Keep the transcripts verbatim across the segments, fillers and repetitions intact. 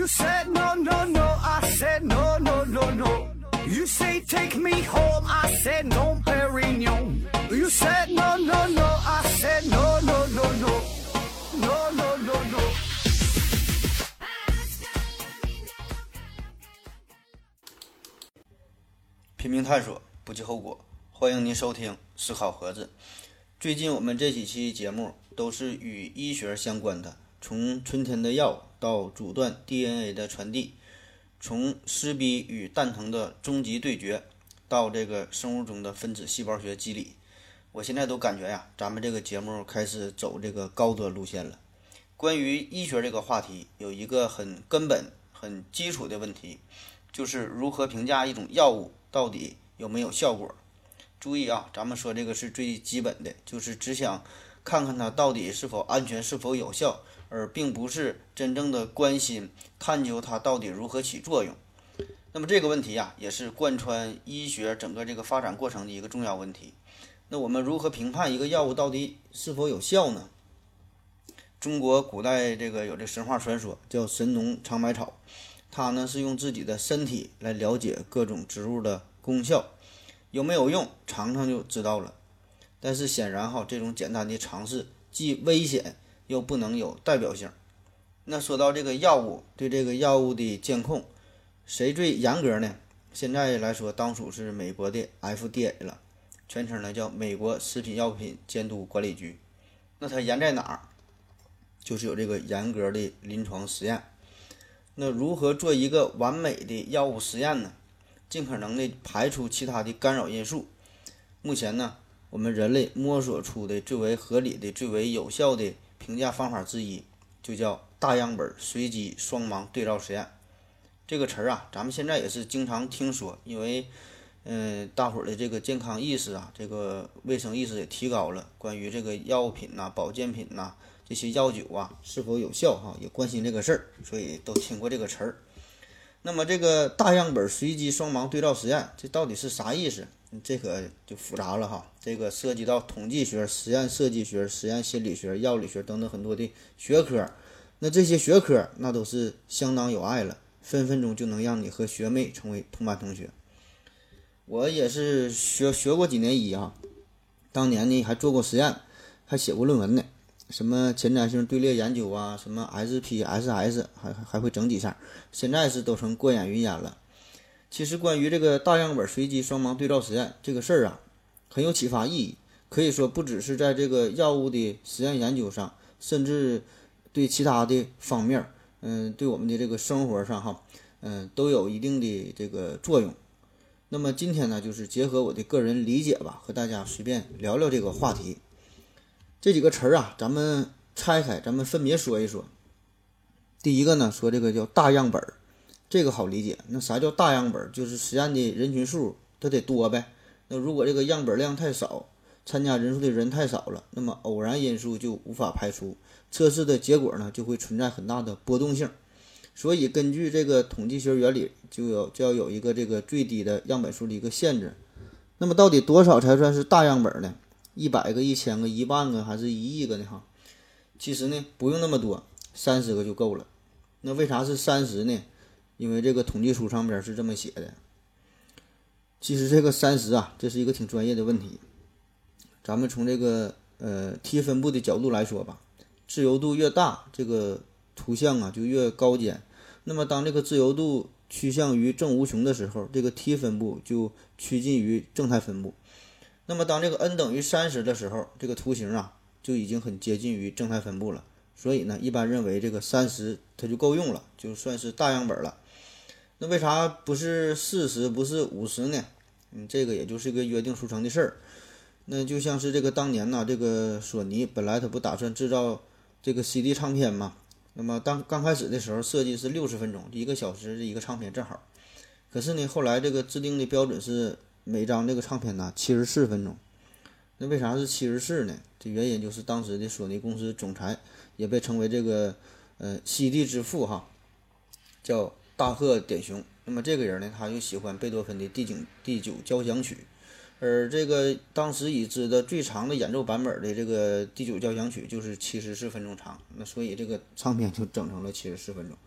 said no, no, no, I said no, no, no, no. You say take me home, I said no, Perignon. You said no, no, no, I said no, no, no, no. No, no, no, no. 拼命探索，不计后果。欢迎您收听思考盒子。最近我们这几期节目都是与医学相关的，从春天的药到阻断 D N A 的传递，从丝逼与蛋藤的终极对决，到这个生物钟的分子细胞学机理。我现在都感觉呀，咱们这个节目开始走这个高端路线了。关于医学这个话题，有一个很根本、很基础的问题，就是如何评价一种药物到底有没有效果。注意啊，咱们说这个是最基本的，就是只想看看它到底是否安全、是否有效，而并不是真正的关心探究它到底如何起作用。那么这个问题呀、啊，也是贯穿医学整个这个发展过程的一个重要问题。那我们如何评判一个药物到底是否有效呢？中国古代这个有这神话传说叫神农尝百草，他呢是用自己的身体来了解各种植物的功效，有没有用尝尝就知道了。但是显然哈，这种简单的尝试既危险又不能有代表性。那说到这个药物，对这个药物的监控，谁最严格呢？现在来说，当属是美国的 F D A 了，全称呢叫美国食品药品监督管理局。那它严在哪儿？就是有这个严格的临床实验。那如何做一个完美的药物实验呢？尽可能的排除其他的干扰因素。目前呢，我们人类摸索出的最为合理的、最为有效的评价方法之一，就叫大样本随机双盲对照实验。这个词儿啊，咱们现在也是经常听说，因为嗯、呃，大伙儿的这个健康意识啊，这个卫生意识也提高了，关于这个药品呐、保健品呐、这些药酒啊是否有效哈，也关心这个事儿，所以都听过这个词儿。那么这个大样本随机双盲对照实验，这到底是啥意思？这个就复杂了哈，这个涉及到统计学、实验设计学、实验心理学、药理学等等很多的学科。那这些学科那都是相当有爱了，分分钟就能让你和学妹成为同班同学。我也是学学过几年医啊，当年呢还做过实验，还写过论文呢。什么前瞻性队列研究啊，什么 S P S S 还还会整几下，现在是都成过眼云烟了。其实关于这个大样本随机双盲对照实验这个事儿啊，很有启发意义。可以说不只是在这个药物的实验研究上，甚至对其他的方面，嗯，对我们的这个生活上哈，嗯，都有一定的这个作用。那么今天呢，就是结合我的个人理解吧，和大家随便聊聊这个话题。这几个词儿啊，咱们拆开，咱们分别说一说。第一个呢，说这个叫大样本，这个好理解。那啥叫大样本？就是实验的人群数它得多呗。那如果这个样本量太少，参加人数的人太少了，那么偶然因素就无法排除，测试的结果呢就会存在很大的波动性。所以根据这个统计学原理，就有就要有一个这个最低的样本数的一个限制。那么到底多少才算是大样本呢？一百个、一千个、一万个还是一亿个呢？哈，其实呢不用那么多，三十个就够了。那为啥是三十呢？因为这个统计书上边是这么写的。其实这个三十啊，这是一个挺专业的问题。咱们从这个呃 T 分布的角度来说吧，自由度越大，这个图像啊就越高尖。那么当这个自由度趋向于正无穷的时候，这个 T 分布就趋近于正态分布。那么当这个 n 等于三十的时候，这个图形啊就已经很接近于正态分布了。所以呢，一般认为这个三十它就够用了，就算是大样本了。那为啥不是四十，不是五十呢？嗯，这个也就是个约定俗成的事儿。那就像是这个当年呢，这个索尼本来它不打算制造这个 C D 唱片嘛，那么当刚开始的时候设计是六十分钟，一个小时的一个唱片正好。可是呢，后来这个制定的标准是每张这个唱片呢七十四分钟。那为啥是七十四呢？这原因就是当时的索尼公司总裁也被称为这个呃 C D 之父哈，叫大贺典雄。那么这个人呢，他又喜欢贝多芬的第九第九交响曲，而这个当时已知的最长的演奏版本的这个第九交响曲就是七十四分钟长。那所以这个唱片就整成了七十四分钟。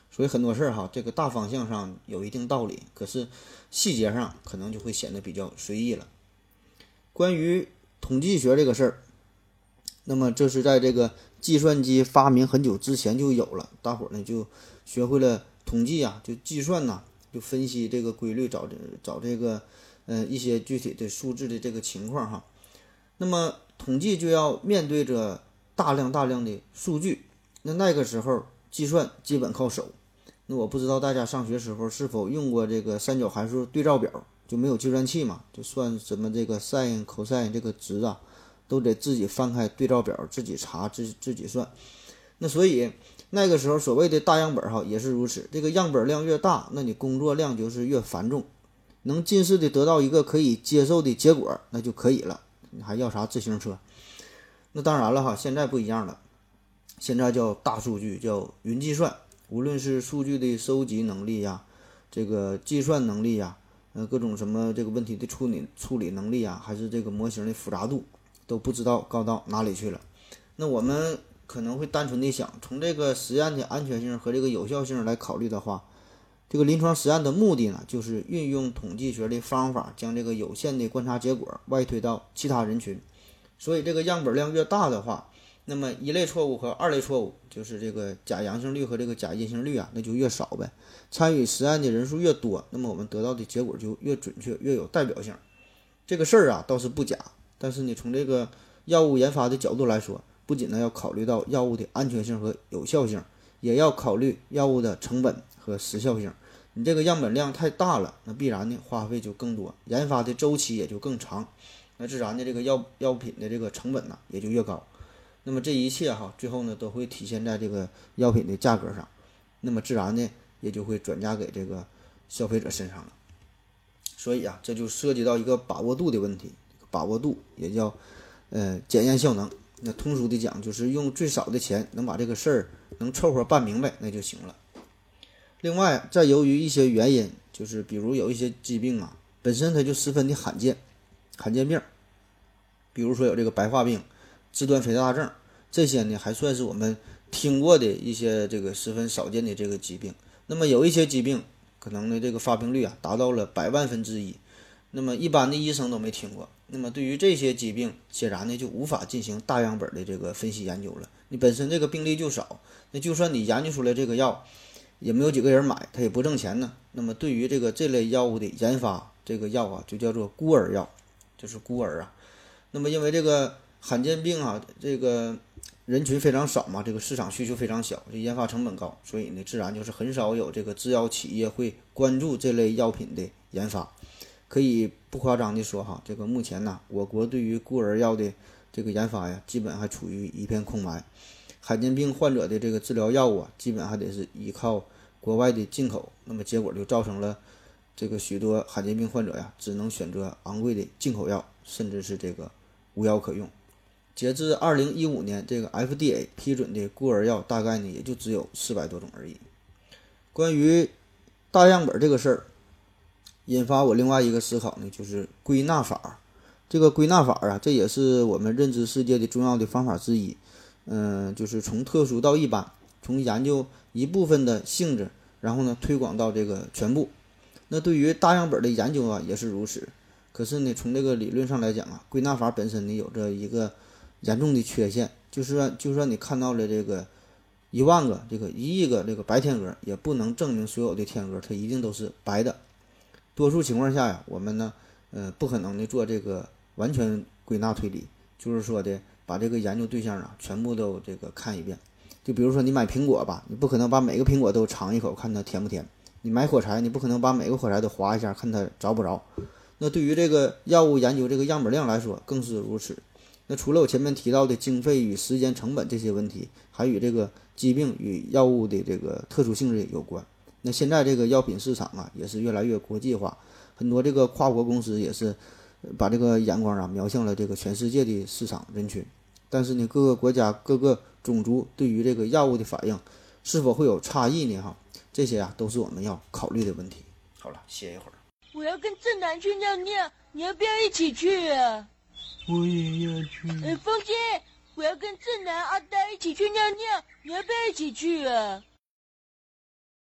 所以很多事儿哈，这个大方向上有一定道理，可是细节上可能就会显得比较随意了。关于统计学这个事儿，那么这是在这个计算机发明很久之前就有了，大伙儿呢就学会了统计啊，就计算呐、啊，就分析这个规律，找这找这个呃一些具体的数字的这个情况哈。那么统计就要面对着大量大量的数据，那那个时候计算基本靠手。那我不知道大家上学时候是否用过这个三角函数对照表，就没有计算器嘛，就算什么这个 sin cos 这个值啊，都得自己翻开对照表，自己查，自自己算。那所以那个时候所谓的大样本哈也是如此，这个样本量越大，那你工作量就是越繁重，能近似的得到一个可以接受的结果那就可以了，你还要啥自行车？那当然了哈，现在不一样了，现在叫大数据，叫云计算，无论是数据的收集能力呀，这个计算能力呀，呃，各种什么这个问题的处理处理能力啊，还是这个模型的复杂度，都不知道高到哪里去了。那我们可能会单纯的想，从这个实验的安全性和这个有效性来考虑的话，这个临床实验的目的呢，就是运用统计学的方法，将这个有限的观察结果外推到其他人群。所以这个样本量越大的话，那么一类错误和二类错误，就是这个假阳性率和这个假阴性率啊，那就越少呗。参与实验的人数越多，那么我们得到的结果就越准确，越有代表性。这个事儿啊倒是不假，但是呢，从这个药物研发的角度来说，不仅呢要考虑到药物的安全性和有效性，也要考虑药物的成本和时效性。你这个样本量太大了，那必然呢花费就更多，研发的周期也就更长，那自然的这个药药品的这个成本呢也就越高。那么这一切哈，最后呢都会体现在这个药品的价格上，那么自然呢也就会转嫁给这个消费者身上了。所以啊，这就涉及到一个把握度的问题，把握度也叫呃检验效能。那通俗的讲，就是用最少的钱能把这个事儿能凑合办明白，那就行了。另外，再由于一些原因，就是比如有一些疾病啊，本身它就十分的罕见，罕见病，比如说有这个白化病、肢端肥大症，这些呢还算是我们听过的一些这个十分少见的这个疾病。那么有一些疾病可能呢这个发病率啊达到了百万分之一，那么一般的医生都没听过。那么对于这些疾病，显然呢就无法进行大样本的这个分析研究了。你本身这个病例就少，那就算你研究出来这个药，也没有几个人买，它也不挣钱呢。那么对于这个这类药物的研发，这个药啊就叫做孤儿药，就是孤儿啊。那么因为这个罕见病啊，这个人群非常少嘛，这个市场需求非常小，这研发成本高，所以呢自然就是很少有这个制药企业会关注这类药品的研发。可以不夸张的说哈，这个目前呢，我国对于孤儿药的这个研发呀，基本还处于一片空白。罕见病患者的这个治疗药物啊，基本还得是依靠国外的进口，那么结果就造成了这个许多罕见病患者呀，只能选择昂贵的进口药，甚至是这个无药可用。截至二零一五年，这个 F D A 批准的孤儿药大概呢也就只有四百多种而已。关于大样本这个事儿，引发我另外一个思考呢，就是归纳法。这个归纳法啊，这也是我们认知世界的重要的方法之一。嗯、呃，就是从特殊到一般，从研究一部分的性质，然后呢推广到这个全部。那对于大样本的研究啊，也是如此。可是呢，从这个理论上来讲啊，归纳法本身呢有着一个严重的缺陷，就是就算你看到了这个一万个、这个一亿个这个白天鹅，也不能证明所有的天鹅它一定都是白的。多数情况下呀，我们呢，呃，不可能的做这个完全归纳推理，就是说的把这个研究对象啊全部都这个看一遍。就比如说你买苹果吧，你不可能把每个苹果都尝一口看它甜不甜；你买火柴，你不可能把每个火柴都划一下看它着不着。那对于这个药物研究这个样本量来说，更是如此。那除了我前面提到的经费与时间成本这些问题，还与这个疾病与药物的这个特殊性质有关。那现在这个药品市场啊，也是越来越国际化，很多这个跨国公司也是把这个眼光啊瞄向了这个全世界的市场人群。但是呢，各个国家各个种族对于这个药物的反应是否会有差异呢？哈，这些啊都是我们要考虑的问题。好了，歇一会儿。 我要跟正南去尿尿，你要不要一起去啊？ 我也要去。 呃，风姐，我要跟正南、阿呆一起去尿尿，你要不要一起去啊？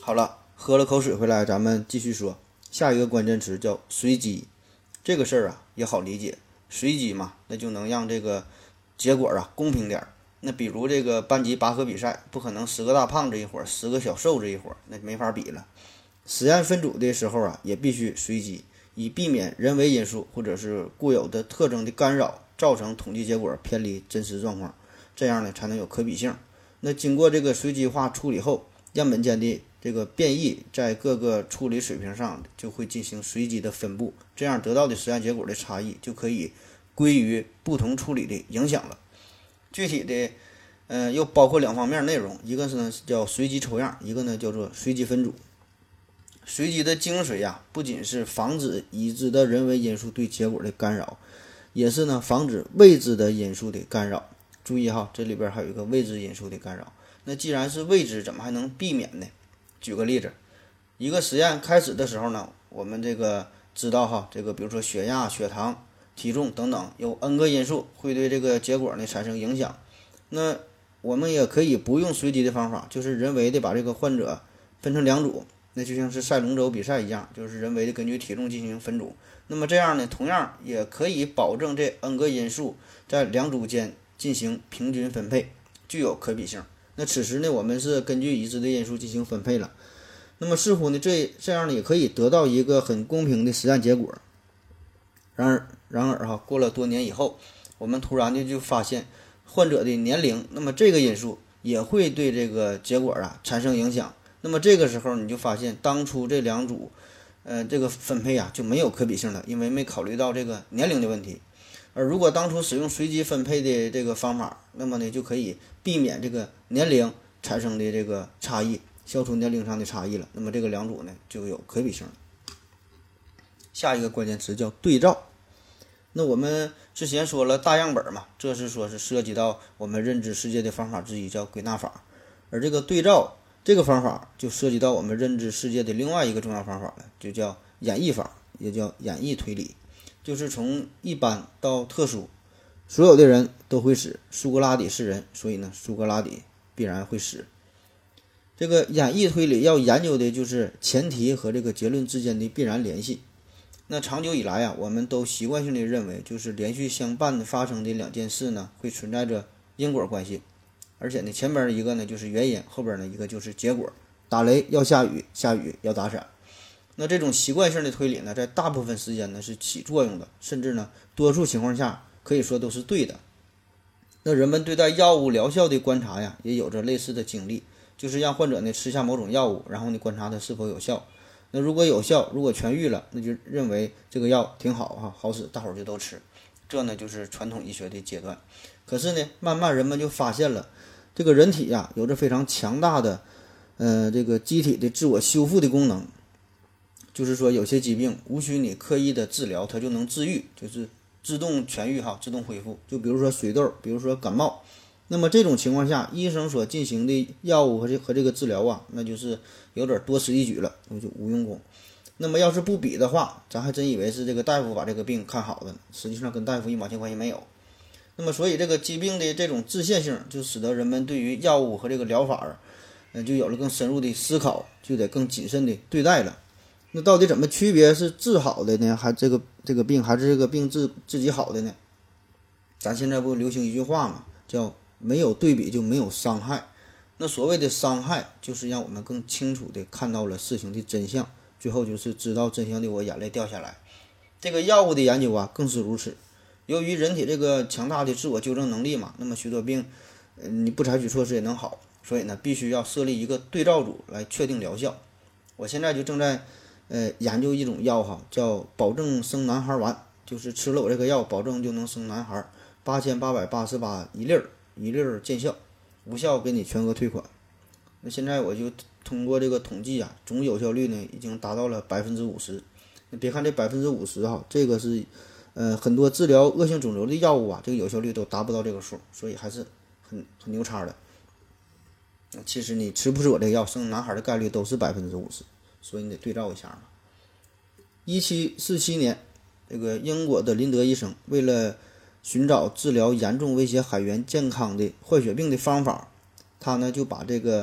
好了，喝了口水回来，咱们继续说下一个关键词叫随机。这个事儿啊也好理解，随机嘛，那就能让这个结果啊公平点儿。那比如这个班级拔河比赛，不可能十个大胖子一伙儿，十个小瘦子一伙儿，那没法比了。实验分组的时候啊，也必须随机，以避免人为因素或者是固有的特征的干扰，造成统计结果偏离真实状况，这样呢才能有可比性。那经过这个随机化处理后，样本间的这个变异在各个处理水平上就会进行随机的分布，这样得到的实验结果的差异就可以归于不同处理的影响了。具体的呃又包括两方面内容，一个是呢叫随机抽样，一个呢叫做随机分组。随机的精髓呀，不仅是防止已知的人为因素对结果的干扰，也是呢防止未知的因素的干扰。注意哈，这里边还有一个未知因素的干扰。那既然是未知，怎么还能避免呢？举个例子，一个实验开始的时候呢，我们这个知道哈，这个比如说血压、血糖、体重等等，有 N 个因素会对这个结果呢产生影响。那我们也可以不用随机的方法，就是人为的把这个患者分成两组。那就像是赛龙舟比赛一样，就是人为的根据体重进行分组。那么这样呢，同样也可以保证这 N 个因素在两组间进行平均分配，具有可比性。那此时呢，我们是根据已知的因素进行分配了。那么似乎呢，这这样呢也可以得到一个很公平的实验结果。然而，然而哈，过了多年以后，我们突然的就发现患者的年龄，那么这个因素也会对这个结果啊产生影响。那么这个时候你就发现，当初这两组，呃，这个分配啊就没有可比性了，因为没考虑到这个年龄的问题。而如果当初使用随机分配的这个方法，那么呢就可以避免这个年龄产生的这个差异，消除年龄上的差异了。那么这个两组呢就有可比性了。下一个关键词叫对照。那我们之前说了大样本嘛，这是说是涉及到我们认知世界的方法之一，叫归纳法。而这个对照这个方法就涉及到我们认知世界的另外一个重要方法了，就叫演绎法，也叫演绎推理，就是从一般到特殊，所有的人都会死，苏格拉底是人，所以呢，苏格拉底必然会死。这个演绎推理要研究的就是前提和这个结论之间的必然联系。那长久以来啊，我们都习惯性的认为，就是连续相伴的发生的两件事呢，会存在着因果关系。而且呢，前边一个呢就是原因，后边呢一个就是结果。打雷要下雨，下雨要打伞。那这种习惯性的推理呢，在大部分时间呢是起作用的，甚至呢多数情况下可以说都是对的。那人们对待药物疗效的观察呀，也有着类似的经历，就是让患者呢吃下某种药物，然后呢观察它是否有效。那如果有效，如果痊愈了，那就认为这个药挺好哈，好使，大伙儿就都吃。这呢就是传统医学的阶段。可是呢，慢慢人们就发现了，这个人体呀有着非常强大的，呃，这个机体的自我修复的功能。就是说，有些疾病无需你刻意的治疗，它就能治愈，就是自动痊愈哈，自动恢复。就比如说水痘，比如说感冒。那么这种情况下，医生所进行的药物和这和这个治疗啊，那就是有点多此一举了，那就无用功。那么要是不比的话，咱还真以为是这个大夫把这个病看好的，实际上跟大夫一毛钱关系没有。那么所以这个疾病的这种自限性，就使得人们对于药物和这个疗法，嗯，就有了更深入的思考，就得更谨慎的对待了。那到底怎么区别是治好的呢，还这个这个病还是这个病自自己好的呢？咱现在不流行一句话嘛，叫没有对比就没有伤害。那所谓的伤害，就是让我们更清楚地看到了事情的真相，最后就是知道真相的我眼泪掉下来。这个药物的研究啊，更是如此。由于人体这个强大的自我纠正能力嘛，那么许多病，呃，你不采取措施也能好，所以呢，必须要设立一个对照组来确定疗效。我现在就正在呃研究一种药哈，叫保证生男孩丸，就是吃了我这个药，保证就能生男孩，八千八百八十八一粒儿，一粒儿见效，无效给你全额退款。那现在我就通过这个统计啊，总有效率呢已经达到了百分之五十。别看这百分之五十哈，这个是呃很多治疗恶性肿瘤的药物啊，这个有效率都达不到这个数，所以还是很很牛叉的。其实你吃不吃我这个药，生男孩的概率都是百分之五十，所以你得对照一下嘛。一七四七年，这个英国的林德医生为了寻找治疗严重威胁海员健康的坏血病的方法，他呢就把这个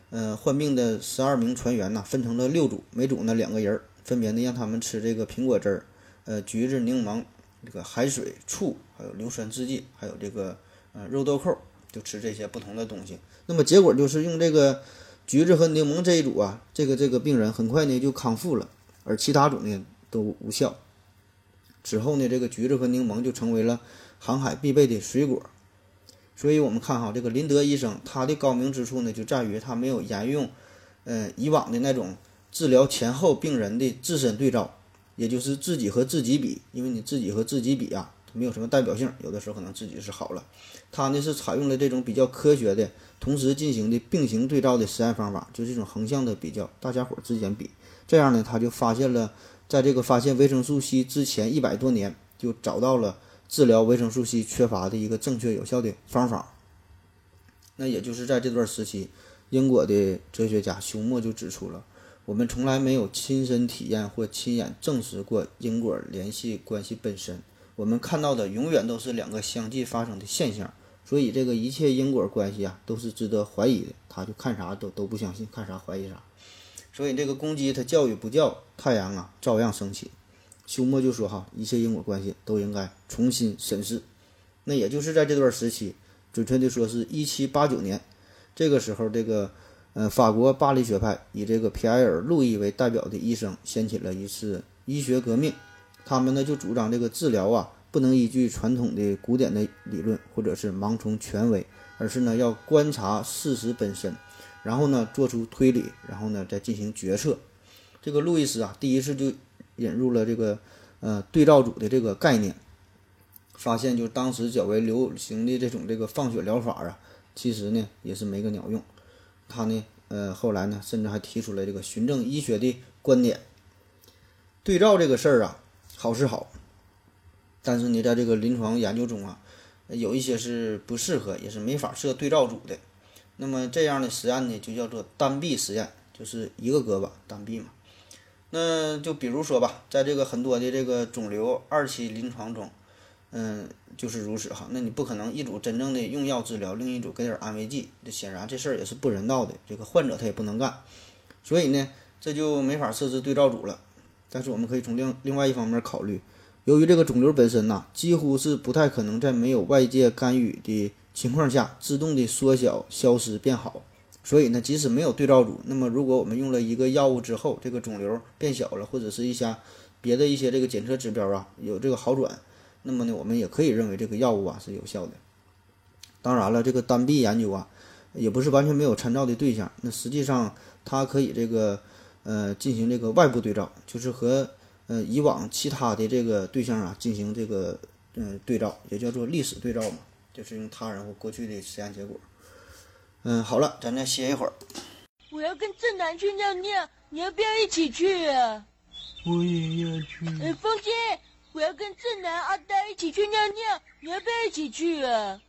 呃患病的十二名船员呐，分成了六组，每组呢两个人，分别呢让他们吃这个苹果汁儿、呃橘子、柠檬、这个海水、醋，还有硫酸制剂，还有这个呃肉豆蔻，就吃这些不同的东西。那么结果就是用这个橘子和柠檬这一组啊，这个这个病人很快呢就康复了，而其他组呢都无效。之后呢，这个橘子和柠檬就成为了航海必备的水果。所以我们看哈，这个林德医生他的高明之处呢，就在于他没有沿用呃以往的那种治疗前后病人的自身对照，也就是自己和自己比，因为你自己和自己比啊，没有什么代表性，有的时候可能自己是好了。他呢是采用了这种比较科学的同时进行的并行对照的实验方法，就是这种横向的比较，大家伙之间比，这样呢他就发现了，在这个发现维生素 C 之前一百多年就找到了治疗维生素 C 缺乏的一个正确有效的方法。那也就是在这段时期，英国的哲学家休谟就指出了，我们从来没有亲身体验或亲眼证实过因果联系关系本身，我们看到的永远都是两个相继发生的现象，所以这个一切因果关系啊都是值得怀疑的。他就看啥都都不相信，看啥怀疑啥。所以这个公鸡它叫与不叫，太阳啊照样升起。休谟就说哈，一切因果关系都应该重新审视。那也就是在这段时期，准确的说是一七八九年，这个时候这个呃法国巴黎学派以这个皮埃尔·路易为代表的医生掀起了一次医学革命。他们呢就主张这个治疗啊不能依据传统的古典的理论或者是盲从权威，而是呢要观察事实本身，然后呢做出推理，然后呢再进行决策。这个路易斯啊第一次就引入了这个呃对照组的这个概念，发现就当时较为流行的这种这个放血疗法啊，其实呢也是没个鸟用。他呢呃后来呢甚至还提出了这个循证医学的观点。对照这个事儿啊好是好，但是呢在这个临床研究中啊，有一些是不适合也是没法设对照组的。那么这样的实验呢就叫做单臂实验，就是一个胳膊单臂嘛。那就比如说吧，在这个很多的这个肿瘤二期临床中，嗯，就是如此哈。那你不可能一组真正的用药治疗，另一组给点安慰剂，这显然这事儿也是不人道的，这个患者他也不能干。所以呢，这就没法设置对照组了。但是我们可以从另另外一方面考虑，由于这个肿瘤本身呐、啊，几乎是不太可能在没有外界干预的情况下自动的缩小、消失、变好。所以呢，即使没有对照组，那么如果我们用了一个药物之后，这个肿瘤变小了，或者是一些别的一些这个检测指标啊有这个好转，那么呢，我们也可以认为这个药物啊是有效的。当然了，这个单臂研究啊，也不是完全没有参照的对象。那实际上它可以这个呃进行这个外部对照，就是和呃以往其他的这个对象啊进行这个嗯、呃、对照，也叫做历史对照嘛，就是用他人或过去的实验结果。嗯，好了，咱再歇一会儿。 我要跟正南去尿尿，你要不要一起去啊？ 我也要去。 呃，风姐，我要跟正南、阿呆一起去尿尿，你要不要一起去啊？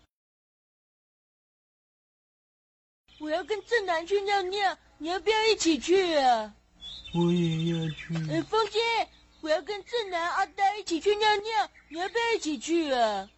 我要跟正南去尿尿，你要不要一起去啊？ 我也要去。 呃，风姐，我要跟正南、阿呆一起去尿尿，你要不要一起去啊？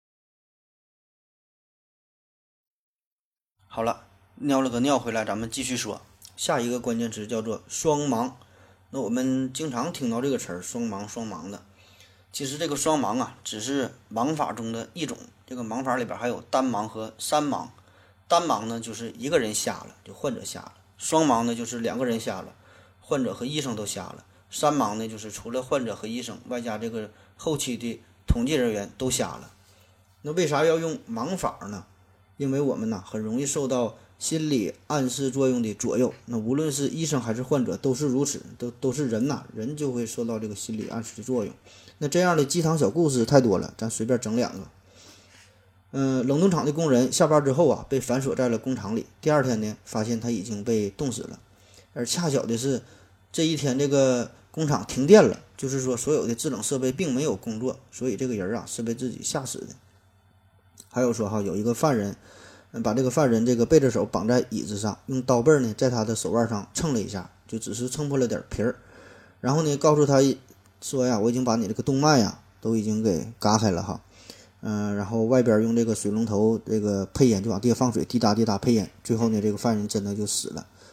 好了，尿了个尿回来，咱们继续说。下一个关键词叫做双盲。那我们经常听到这个词儿，双盲双盲的。其实这个双盲啊，只是盲法中的一种。这个盲法里边还有单盲和三盲。单盲呢，就是一个人瞎了，就患者瞎了；双盲呢，就是两个人瞎了，患者和医生都瞎了；三盲呢，就是除了患者和医生，外加这个后期的统计人员都瞎了。那为啥要用盲法呢？因为我们呢很容易受到心理暗示作用的左右，那无论是医生还是患者都是如此，都都是人呐，人就会受到这个心理暗示的作用。那这样的鸡汤小故事太多了，咱随便整两个。嗯、呃，冷冻厂的工人下班之后啊，被反锁在了工厂里。第二天呢，发现他已经被冻死了。而恰巧的是，这一天这个工厂停电了，就是说所有的制冷设备并没有工作，所以这个人啊是被自己吓死的。还有说哈，有一个犯人，把这个犯人这个背着手绑在椅子上，用刀背呢在他的手腕上蹭了一下，就只是蹭破了点皮儿，然后呢告诉他说呀，我已经把你这个动脉呀都已经给嘎开了哈，嗯、呃，然后外边用这个水龙头这个配烟就往地下放水，滴答滴答配烟，最后呢这个犯人真的就死了。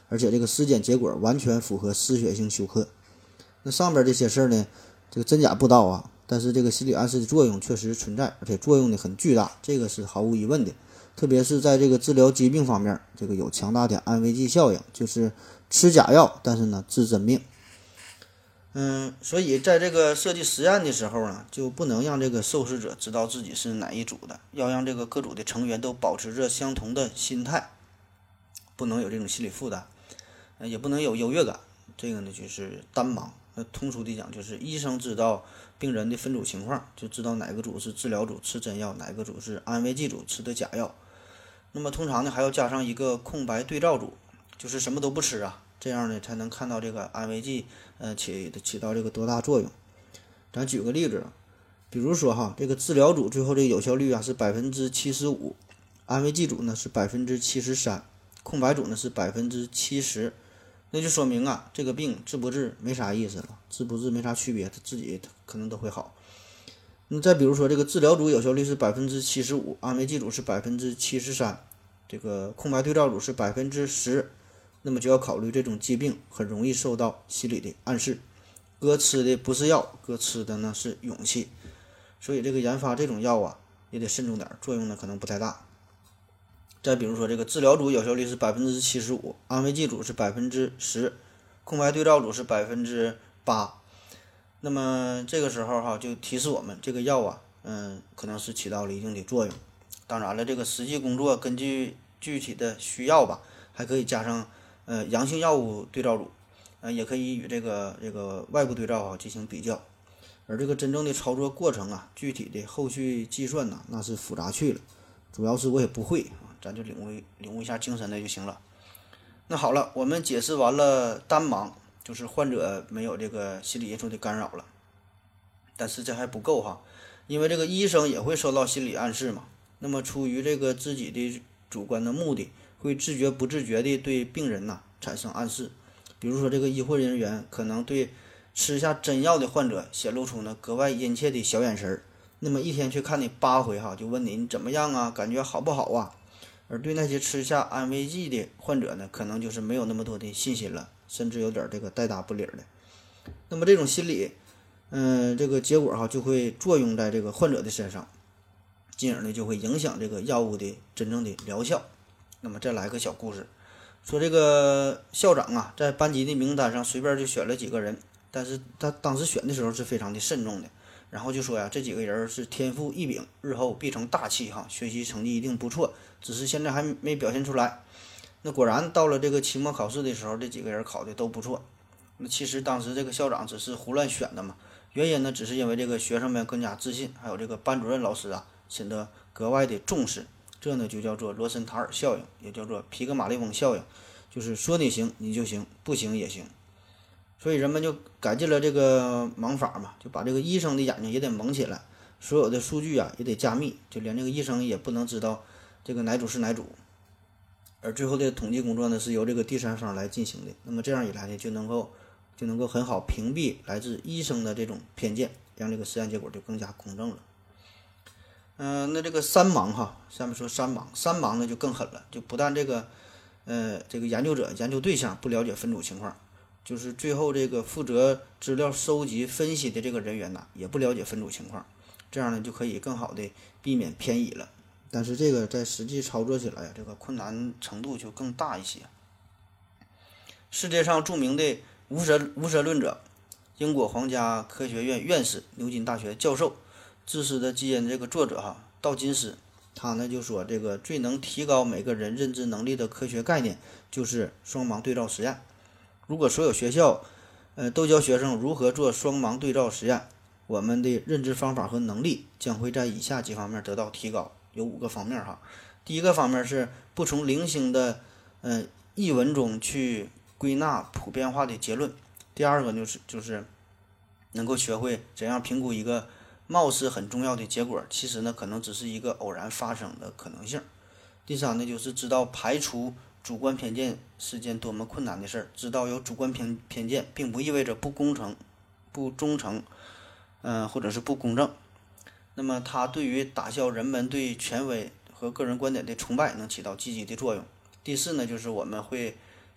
而且这个尸检结果完全符合失血性休克。那上边这些事儿呢，这个真假不知道啊，但是这个心理暗示的作用确实存在，而且作用呢很巨大，这个是毫无疑问的。特别是在这个治疗疾病方面，这个有强大的安慰剂效应，就是吃假药，但是呢治真病。嗯，所以在这个设计实验的时候呢，就不能让这个受试者知道自己是哪一组的，要让这个各组的成员都保持着相同的心态，不能有这种心理负担，也不能有优越感。这个呢就是单盲。那通俗地讲，就是医生知道病人的分组情况，就知道哪个组是治疗组吃真药，哪个组是安慰剂组吃的假药。那么通常呢还要加上一个空白对照组，就是什么都不吃啊，这样呢才能看到这个安慰剂呃起起到这个多大作用。咱举个例子，比如说哈，这个治疗组最后这个有效率啊是百分之七十五，安慰剂组呢是百分之七十三，空白组呢是百分之七十。那就说明啊，这个病治不治没啥意思了，治不治没啥区别，他自己可能都会好。那再比如说，这个治疗组有效率是百分之七十五，安慰剂组是百分之七十三，这个空白对照组是百分之十，那么就要考虑这种疾病很容易受到心理的暗示，哥吃的不是药，哥吃的呢是勇气，所以这个研发这种药啊也得慎重点，作用呢可能不太大。再比如说，这个治疗组有效率是百分之七十五，安慰剂组是百分之十，空白对照组是百分之八。那么这个时候哈，就提示我们这个药啊，嗯，可能是起到了一定的作用。当然了，这个实际工作根据具体的需要吧，还可以加上呃阳性药物对照组，呃，也可以与这个这个外部对照啊进行比较。而这个真正的操作过程啊，具体的后续计算呢，那是复杂去了，主要是我也不会啊。咱就领悟领悟一下精神的就行了。那好了，我们解释完了单盲，就是患者没有这个心理因素的干扰了。但是这还不够哈，因为这个医生也会受到心理暗示嘛。那么出于这个自己的主观的目的，会自觉不自觉地对病人呐产生暗示。比如说这个医护人员可能对吃下真药的患者显露出呢格外殷切的小眼神儿，那么一天去看你八回哈，就问你你怎么样啊，感觉好不好啊？而对那些吃下安慰剂的患者呢，可能就是没有那么多的信心了，甚至有点这个带打不理的。那么这种心理，嗯、呃，这个结果哈就会作用在这个患者的身上，进而呢就会影响这个药物的真正的疗效。那么再来个小故事，说这个校长啊，在班级的名单上随便就选了几个人，但是他当时选的时候是非常的慎重的。然后就说呀，这几个人是天赋异禀，日后必成大器哈，学习成绩一定不错，只是现在还没表现出来。那果然到了这个期末考试的时候，这几个人考的都不错。那其实当时这个校长只是胡乱选的嘛，原因呢，只是因为这个学生们更加自信，还有这个班主任老师啊显得格外的重视。这呢就叫做罗森塔尔效应，也叫做皮格马利翁效应，就是说你行你就行，不行也行。所以人们就改进了这个盲法嘛，就把这个医生的眼睛也得蒙起来，所有的数据啊也得加密，就连这个医生也不能知道这个哪组是哪组。而最后的统计工作呢是由这个第三方来进行的。那么这样一来呢，就能够就能够很好屏蔽来自医生的这种偏见，让这个实验结果就更加公正了。嗯、呃，那这个三盲哈，下面说三盲，三盲呢就更狠了，就不但这个呃这个研究者研究对象不了解分组情况。就是最后这个负责资料收集分析的这个人员呐，也不了解分组情况，这样呢就可以更好的避免偏移了。但是这个在实际操作起来呀，这个困难程度就更大一些。世界上著名的无神无神论者，英国皇家科学院院士、牛津大学教授、知识的基因这个作者哈道金斯，他呢就说，这个最能提高每个人认知能力的科学概念就是双盲对照实验。如果所有学校，呃，都教学生如何做双盲对照实验，我们的认知方法和能力将会在以下几方面得到提高。有五个方面哈。第一个方面是不从零星的，呃，译文中去归纳普遍化的结论。第二个就是就是能够学会怎样评估一个貌似很重要的结果，其实呢可能只是一个偶然发生的可能性。第三呢就是知道排除主观偏见是件多么困难的事儿，知道有主观偏偏见并不意味着不公正、不忠诚，嗯、呃，或者是不公正。那么它对于打消人们对权威和个人观点的崇拜能起到积极的作用。第四呢，就是我们会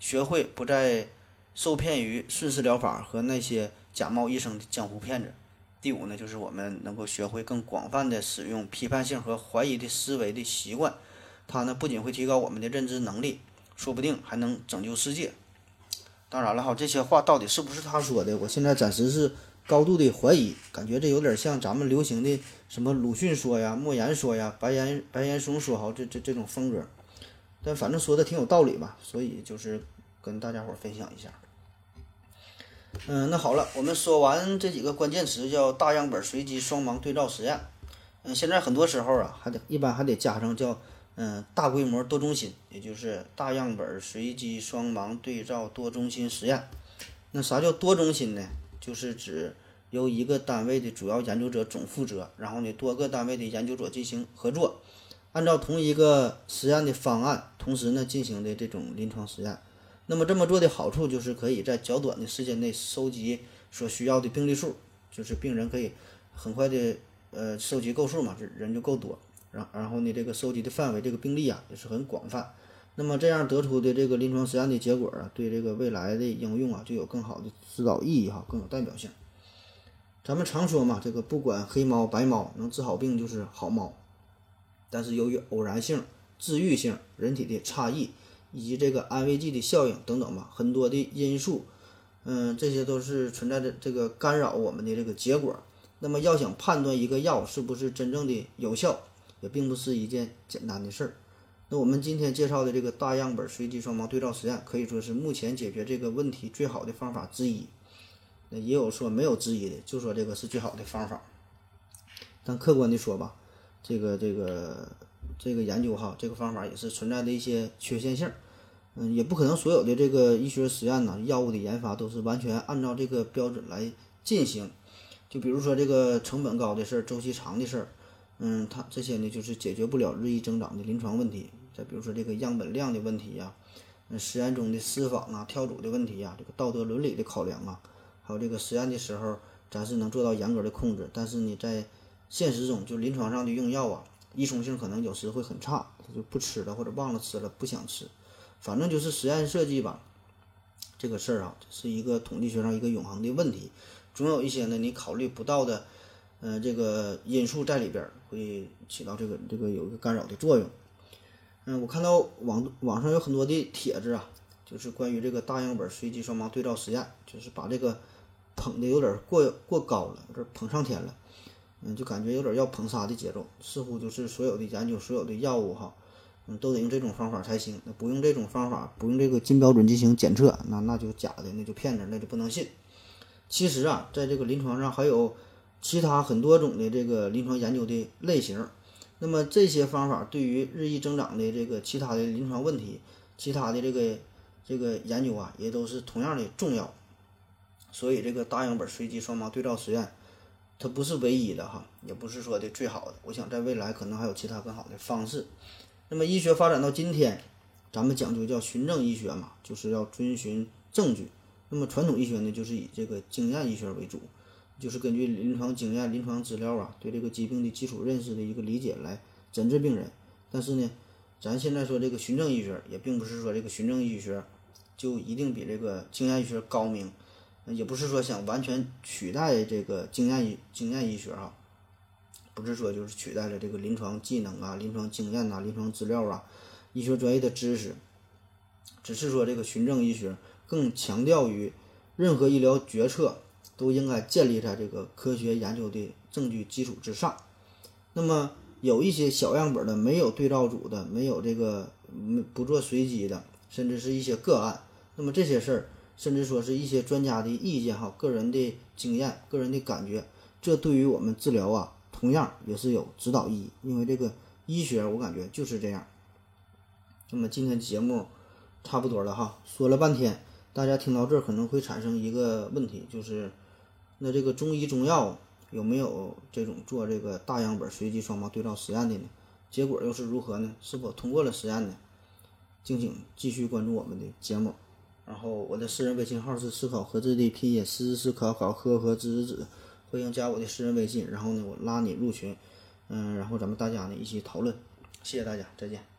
学会不再受骗于顺势疗法和那些假冒医生的江湖骗子。第五呢，就是我们能够学会更广泛的使用批判性和怀疑的思维的习惯，它呢不仅会提高我们的认知能力，说不定还能拯救世界。当然了哈，这些话到底是不是他说的，我现在暂时是高度的怀疑，感觉这有点像咱们流行的什么鲁迅说呀、莫言说呀、白岩白岩松说好这这这种风格，但反正说的挺有道理吧，所以就是跟大家伙分享一下。嗯，那好了，我们说完这几个关键词，叫大样本随机双盲对照实验。嗯，现在很多时候啊，还得一般还得加上叫嗯大规模多中心，也就是大样本随机双盲对照多中心实验。那啥叫多中心呢？就是指由一个单位的主要研究者总负责，然后呢多个单位的研究者进行合作，按照同一个实验的方案，同时呢进行的这种临床实验。那么这么做的好处就是可以在较短的时间内收集所需要的病例数，就是病人可以很快的呃收集够数嘛，人就够多，然然后呢这个收集的范围这个病例啊也是很广泛。那么这样得出的这个临床实验的结果啊，对这个未来的应用啊就有更好的指导意义哈，更有代表性。咱们常说嘛，这个不管黑猫白猫，能治好病就是好猫。但是由于偶然性、治愈性、人体的差异以及这个安慰剂的效应等等吧，很多的因素，嗯，这些都是存在的这个干扰我们的这个结果。那么要想判断一个药是不是真正的有效，也并不是一件简单的事儿。那我们今天介绍的这个大样本随机双盲对照实验，可以说是目前解决这个问题最好的方法之一。那也有说没有之一的，就说这个是最好的方法。但客观的说吧，这个这个这个研究哈，这个方法也是存在的一些缺陷性。嗯，也不可能所有的这个医学实验呢，药物的研发都是完全按照这个标准来进行。就比如说这个成本高的事儿、周期长的事儿，嗯，它这些呢就是解决不了日益增长的临床问题。再比如说这个样本量的问题呀、嗯，实验中的私访啊、跳组的问题呀、这个道德伦理的考量啊，还有这个实验的时候，咱是能做到严格的控制，但是你在现实中就临床上的用药啊，依从性可能有时会很差，就不吃了或者忘了吃了，不想吃。反正就是实验设计吧，这个事儿啊，是一个统计学上一个永恒的问题，总有一些呢你考虑不到的，呃，这个因素在里边会起到这个这个有一个干扰的作用。嗯，我看到网网上有很多的帖子啊，就是关于这个大样本随机双盲对照实验，就是把这个捧的有点过过高了，有点捧上天了，嗯，就感觉有点要捧杀的节奏，似乎就是所有的研究、所有的药物哈，嗯，都得用这种方法才行。那不用这种方法，不用这个金标准进行检测，那那就假的，那就骗子，那就不能信。其实啊，在这个临床上还有其他很多种的这个临床研究的类型。那么这些方法对于日益增长的这个其他的临床问题、其他的这个这个研究啊，也都是同样的重要。所以这个大样本随机双盲对照实验，它不是唯一的哈，也不是说的最好的。我想在未来可能还有其他更好的方式。那么医学发展到今天，咱们讲究叫循证医学嘛，就是要遵循证据。那么传统医学呢，就是以这个经验医学为主。就是根据临床经验、临床资料啊，对这个疾病的基础认识的一个理解来诊治病人。但是呢，咱现在说这个循证医学，也并不是说这个循证医学就一定比这个经验医学高明，也不是说想完全取代这个经验医经验医学哈，不是说就是取代了这个临床技能啊、临床经验啊、临床资料啊、医学专业的知识，只是说这个循证医学更强调于任何医疗决策都应该建立在这个科学研究的证据基础之上。那么有一些小样本的、没有对照组的、没有这个不做随机的，甚至是一些个案，那么这些事儿，甚至说是一些专家的意见哈、个人的经验、个人的感觉，这对于我们治疗啊，同样也是有指导意义。因为这个医学我感觉就是这样。那么今天节目差不多了哈，说了半天，大家听到这儿可能会产生一个问题，就是那这个中医中药有没有这种做这个大样本随机双盲对照实验的呢？结果又是如何呢？是否通过了实验呢？敬请继续关注我们的节目。然后我的私人微信号是思考盒子的拼音，思思考考呵呵知知，欢迎加我的私人微信，然后呢我拉你入群，嗯，然后咱们大家呢一起讨论。谢谢大家，再见。